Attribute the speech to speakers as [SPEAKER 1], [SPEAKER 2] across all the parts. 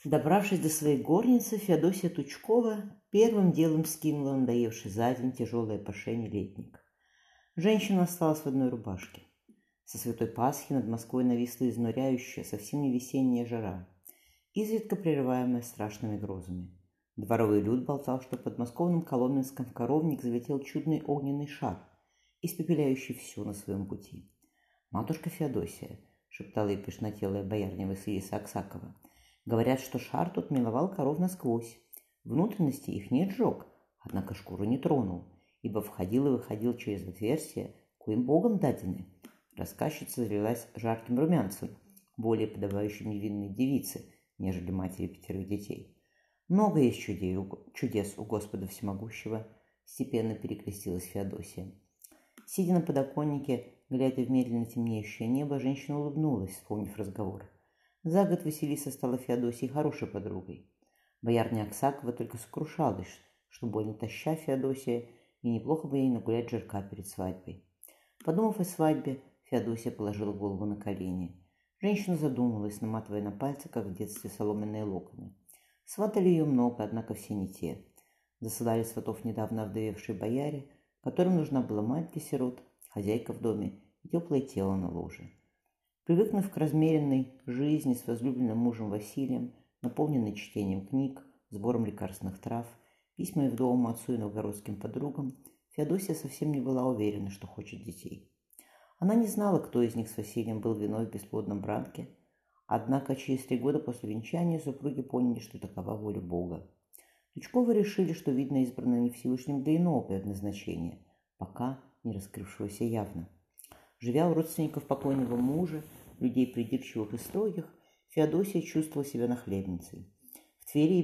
[SPEAKER 1] Добравшись до своей горницы, Феодосия Тучкова первым делом скинула надоевший за день тяжелое пошение летник. Женщина осталась в одной рубашке. Со Святой Пасхи над Москвой нависла изнуряющая, совсем не весенняя жара, изредка прерываемая страшными грозами. Дворовый люд болтал, что под подмосковным Коломенском в коровник залетел чудный огненный шар, испепеляющий все на своем пути. «Матушка Феодосия», — шептала ей пышнотелая боярня Василиса Аксакова, — «говорят, что шар тут миловал коров насквозь. Внутренности их не сжег, однако шкуру не тронул, ибо входил и выходил через отверстия, коим богом дадены». Рассказчица залилась жарким румянцем, более подобающим невинной девице, нежели матери 5 детей. «Много есть чудес у Господа Всемогущего», — степенно перекрестилась Феодосия. Сидя на подоконнике, глядя в медленно темнеющее небо, женщина улыбнулась, вспомнив разговор. За год Василиса стала Феодосией хорошей подругой. Боярня Аксакова только сокрушалась, что больно таща Феодосия, и неплохо бы ей нагулять жирка перед свадьбой. Подумав о свадьбе, Феодосия положила голову на колени. Женщина задумалась, наматывая на пальцы, как в детстве, соломенные локоны. Сватали ее много, однако все не те. Засылали сватов недавно овдовевшие бояре, которым нужна была мать для сирот, хозяйка в доме и теплое тело на ложе. Привыкнув к размеренной жизни с возлюбленным мужем Василием, наполненной чтением книг, сбором лекарственных трав, письмами вдовому отцу и новгородским подругам, Феодосия совсем не была уверена, что хочет детей. Она не знала, кто из них с Василием был виной в бесплодном браке, однако через 3 года после венчания супруги поняли, что такова воля Бога. Тучковы решили, что, видно, избрано не Всевышним для иного предназначения, пока не раскрывшегося явно. Живя у родственников покойного мужа, людей придирчивых и строгих, Феодосия чувствовала себя нахлебницей. В Твери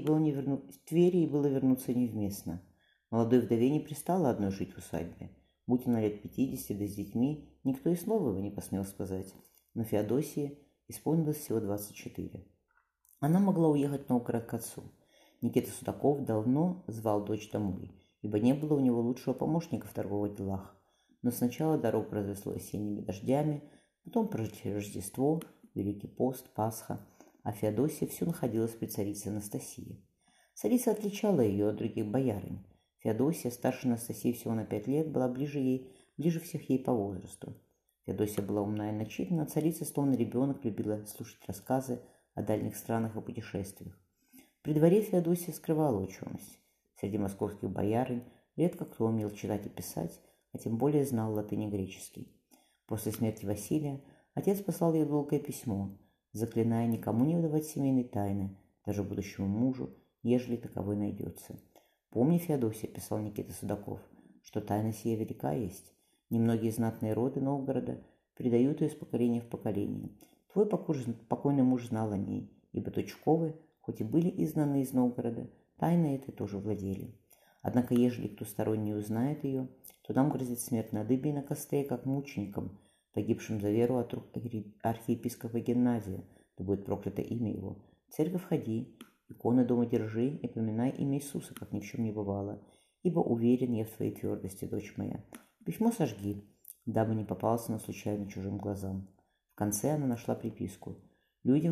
[SPEAKER 1] ей было вернуться невместно. Молодой вдове не пристало одной жить в усадьбе. Будь она лет 50, да с детьми, никто и слова его не посмел сказать. Но Феодосии исполнилось всего 24. Она могла уехать в Новгород к отцу. Никита Судаков давно звал дочь домой, ибо не было у него лучшего помощника в торговых делах. Но сначала дорогу развезло осенними дождями, потом Рождество, Великий пост, Пасха, а Феодосия все находилась при царице Анастасии. Царица отличала ее от других боярынь. Феодосия, старше Анастасии всего на 5 лет, была ближе всех ей по возрасту. Феодосия была умна и начитана, царица, словно ребенок, любила слушать рассказы о дальних странах и путешествиях. При дворе Феодосия скрывала ученость. Среди московских боярынь редко кто умел читать и писать, а тем более знал латынь и греческий. После смерти Василия отец послал ей долгое письмо, заклиная никому не выдавать семейной тайны, даже будущему мужу, ежели таковой найдется. «Помни, Феодосия», — писал Никита Судаков, — «что тайна сия велика есть. Немногие знатные роды Новгорода передают ее из поколения в поколение. Твой покойный муж знал о ней, ибо Тучковы, хоть и были изгнаны из Новгорода, тайной этой тоже владели. Однако, ежели кто сторонний узнает ее, то нам грозит смерть на дыбе и на костре, как мученикам, погибшим за веру от рук архиепископа Геннадия, да будет проклято имя его. В церковь ходи, иконы дома держи и поминай имя Иисуса, как ни в чем не бывало, ибо уверен я в твоей твердости, дочь моя. Письмо сожги, дабы не попался на случайно чужим глазам». В конце она нашла приписку: «Люди в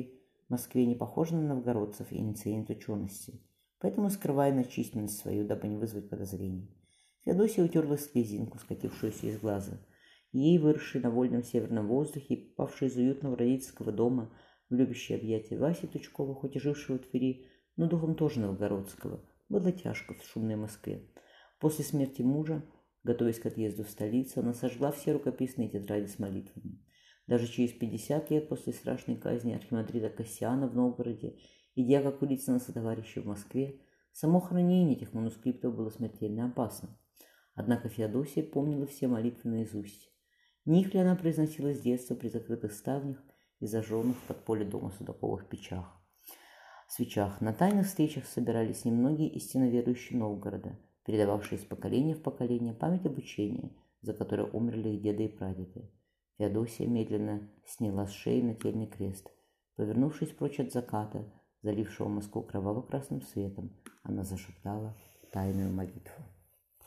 [SPEAKER 1] Москве не похожи на новгородцев и не ценят учености, поэтому скрывай начисленность свою, дабы не вызвать подозрений». Феодосия утерла слезинку, скатившуюся из глаза. Ей, выросшей на вольном северном воздухе, попавшей из уютного родительского дома в любящее объятия Васи Тучкова, хоть и жившего в Твери, но духом тоже новгородского, было тяжко в шумной Москве. После смерти мужа, готовясь к отъезду в столицу, она сожгла все рукописные тетради с молитвами. Даже через 50 лет после страшной казни архимандрита Кассиана в Новгороде и дьяка Курицына сотоварища в Москве, само хранение этих манускриптов было смертельно опасно. Однако Феодосия помнила все молитвы наизусть. Не их ли она произносила с детства при закрытых ставнях и зажженных в подполе дома Судаковых свечах? На тайных встречах собирались немногие истинно верующие Новгорода, передававшие из поколения в поколение память об учении, за которое умерли их деды и прадеды. Феодосия медленно сняла с шеи нательный крест. Повернувшись прочь от заката, залившего Москву кроваво-красным светом, она зашептала тайную молитву.